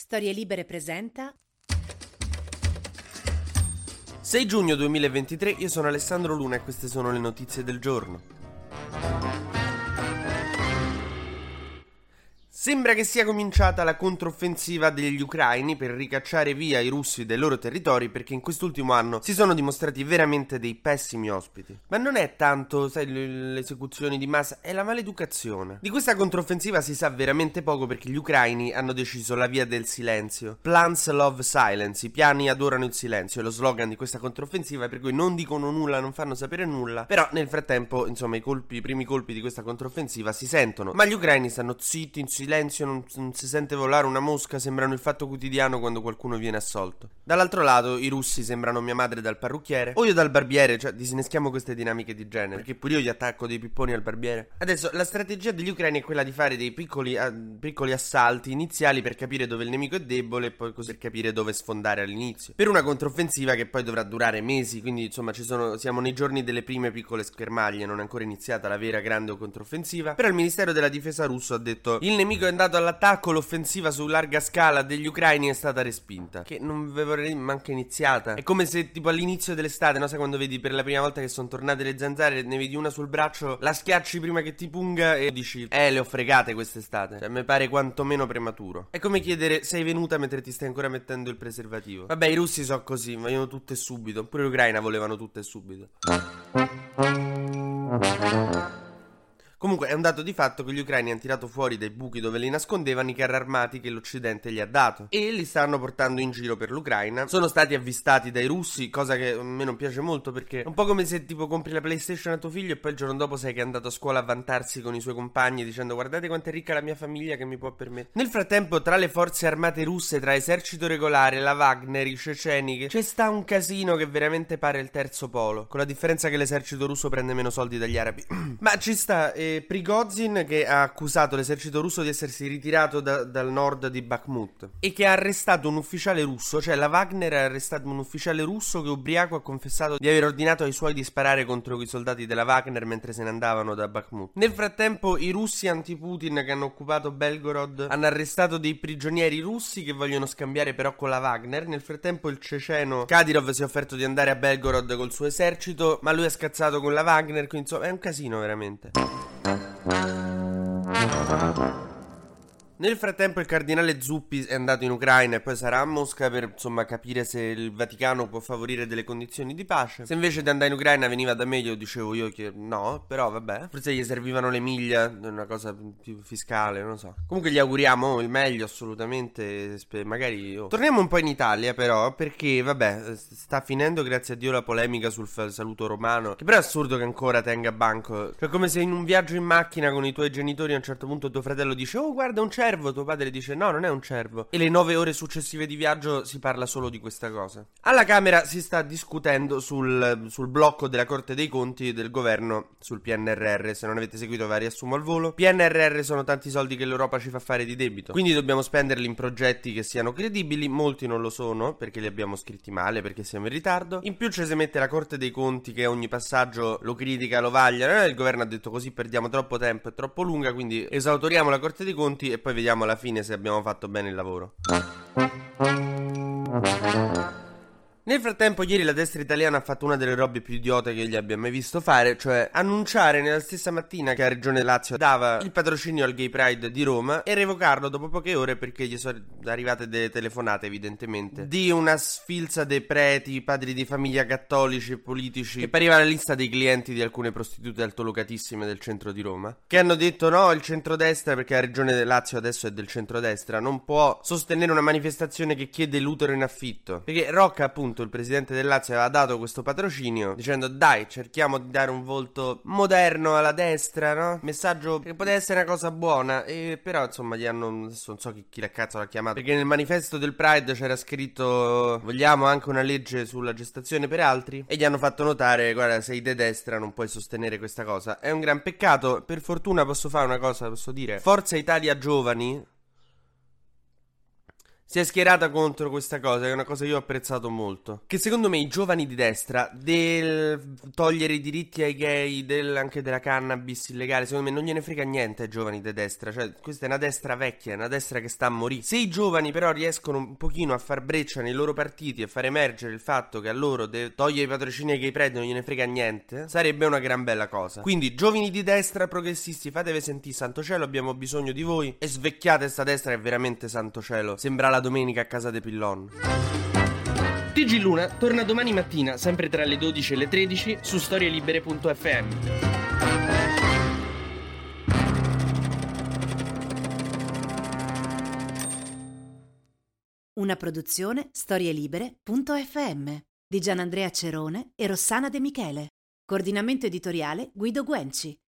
Storie Libere presenta 6 giugno 2023, io sono Alessandro Luna e queste sono le notizie del giorno. Sembra che sia cominciata la controffensiva degli ucraini per ricacciare via i russi dai loro territori, perché in quest'ultimo anno si sono dimostrati veramente dei pessimi ospiti. Ma non è tanto, sai, le esecuzioni di massa, è la maleducazione. Di questa controffensiva si sa veramente poco perché gli ucraini hanno deciso la via del silenzio. Plans love silence, i piani adorano il silenzio, è lo slogan di questa controffensiva, per cui non dicono nulla, non fanno sapere nulla. Però nel frattempo, insomma, i primi colpi di questa controffensiva si sentono, ma gli ucraini stanno zitti, in silenzio, non si sente volare una mosca, sembrano il Fatto Quotidiano quando qualcuno viene assolto. Dall'altro lato i russi sembrano mia madre dal parrucchiere o io dal barbiere, cioè disinneschiamo queste dinamiche di genere, perché pure io gli attacco dei pipponi al barbiere. Adesso la strategia degli ucraini è quella di fare dei piccoli assalti iniziali per capire dove il nemico è debole e poi così per capire dove sfondare all'inizio, per una controffensiva che poi dovrà durare mesi, quindi insomma siamo nei giorni delle prime piccole schermaglie, non è ancora iniziata la vera grande controffensiva. Però il Ministero della Difesa russo ha detto: il nemico è andato all'attacco, l'offensiva su larga scala degli ucraini è stata respinta. Che non ve vorrei manca iniziata. È come se tipo all'inizio dell'estate, no? Sai quando vedi per la prima volta che sono tornate le zanzare, ne vedi una sul braccio, la schiacci prima che ti punga e dici le ho fregate quest'estate. Cioè mi pare quantomeno prematuro. È come chiedere: sei venuta mentre ti stai ancora mettendo il preservativo? Vabbè, i russi so così, vogliono tutto e subito. Pure l'Ucraina volevano tutto e subito. Comunque è un dato di fatto che gli ucraini hanno tirato fuori dai buchi dove li nascondevano i carri armati che l'Occidente gli ha dato e li stanno portando in giro per l'Ucraina. Sono stati avvistati dai russi, cosa che a me non piace molto, perché è un po' come se tipo compri la PlayStation a tuo figlio e poi il giorno dopo sai che è andato a scuola a vantarsi con i suoi compagni dicendo: guardate quanto è ricca la mia famiglia che mi può permettere. Nel frattempo tra le forze armate russe, tra esercito regolare, la Wagner, i ceceni, c'è sta un casino che veramente pare il terzo polo, con la differenza che l'esercito russo prende meno soldi dagli arabi. Ma ci sta Prigozhin, che ha accusato l'esercito russo di essersi ritirato dal nord di Bakhmut e che ha arrestato un ufficiale russo, cioè la Wagner ha arrestato un ufficiale russo che ubriaco ha confessato di aver ordinato ai suoi di sparare contro i soldati della Wagner mentre se ne andavano da Bakhmut. Nel frattempo i russi anti-Putin che hanno occupato Belgorod hanno arrestato dei prigionieri russi che vogliono scambiare però con la Wagner. Nel frattempo il ceceno Kadyrov si è offerto di andare a Belgorod col suo esercito, ma lui è scazzato con la Wagner, quindi insomma è un casino veramente. Nel frattempo il cardinale Zuppi è andato in Ucraina e poi sarà a Mosca per insomma capire se il Vaticano può favorire delle condizioni di pace. Se invece di andare in Ucraina veniva da me, io dicevo io che no, però vabbè, forse gli servivano le miglia, una cosa più fiscale, non lo so. Comunque gli auguriamo il meglio assolutamente, magari torniamo un po' in Italia però, perché vabbè, sta finendo grazie a Dio la polemica sul saluto romano, che però è assurdo che ancora tenga banco. Cioè come se in un viaggio in macchina con i tuoi genitori a un certo punto tuo fratello dice: oh guarda un cervo, tuo padre dice no, non è un cervo, e le 9 ore successive di viaggio si parla solo di questa cosa. Alla Camera si sta discutendo sul blocco della Corte dei Conti del governo sul PNRR. Se non avete seguito vi riassumo al volo. PNRR sono tanti soldi che l'Europa ci fa fare di debito, quindi dobbiamo spenderli in progetti che siano credibili. Molti non lo sono perché li abbiamo scritti male, perché siamo in ritardo. In più ci si mette la Corte dei Conti che ogni passaggio lo critica, lo vaglia. Il governo ha detto così perdiamo troppo tempo, è troppo lunga, quindi esautoriamo la Corte dei Conti e poi vediamo alla fine se abbiamo fatto bene il lavoro. Nel frattempo ieri la destra italiana ha fatto una delle robe più idiote che gli abbia mai visto fare, cioè annunciare nella stessa mattina che la Regione Lazio dava il patrocinio al Gay Pride di Roma e revocarlo dopo poche ore perché gli sono arrivate delle telefonate evidentemente di una sfilza dei preti, padri di famiglia cattolici e politici che pariva la lista dei clienti di alcune prostitute altolocatissime del centro di Roma, che hanno detto no, il centrodestra, perché la Regione Lazio adesso è del centrodestra, non può sostenere una manifestazione che chiede l'utero in affitto, perché Rocca appunto il presidente del Lazio aveva dato questo patrocinio dicendo dai cerchiamo di dare un volto moderno alla destra, no? Messaggio che poteva essere una cosa buona, e però insomma gli hanno, adesso non so chi la cazzo l'ha chiamato, perché nel manifesto del Pride c'era scritto vogliamo anche una legge sulla gestazione per altri, e gli hanno fatto notare guarda, sei de destra non puoi sostenere questa cosa. È un gran peccato. Per fortuna posso fare una cosa, posso dire Forza Italia Giovani, si è schierata contro questa cosa, che è una cosa che io ho apprezzato molto. Che secondo me i giovani di destra, del togliere i diritti ai gay, anche della cannabis illegale, secondo me non gliene frega niente ai giovani di destra. Cioè, questa è una destra vecchia, è una destra che sta a morire. Se i giovani però riescono un pochino a far breccia nei loro partiti e far emergere il fatto che a loro togliere i patrocini ai gay pride non gliene frega niente, sarebbe una gran bella cosa. Quindi, giovani di destra, progressisti, fatevi sentire, santo cielo, abbiamo bisogno di voi. E svecchiate sta destra che è veramente santo cielo. Sembra la domenica a casa de Pillon. TG Luna torna domani mattina, sempre tra le 12 e le 13, su storielibere.fm. Una produzione storielibere.fm di Gianandrea Cerone e Rossana De Michele. Coordinamento editoriale Guido Guenci.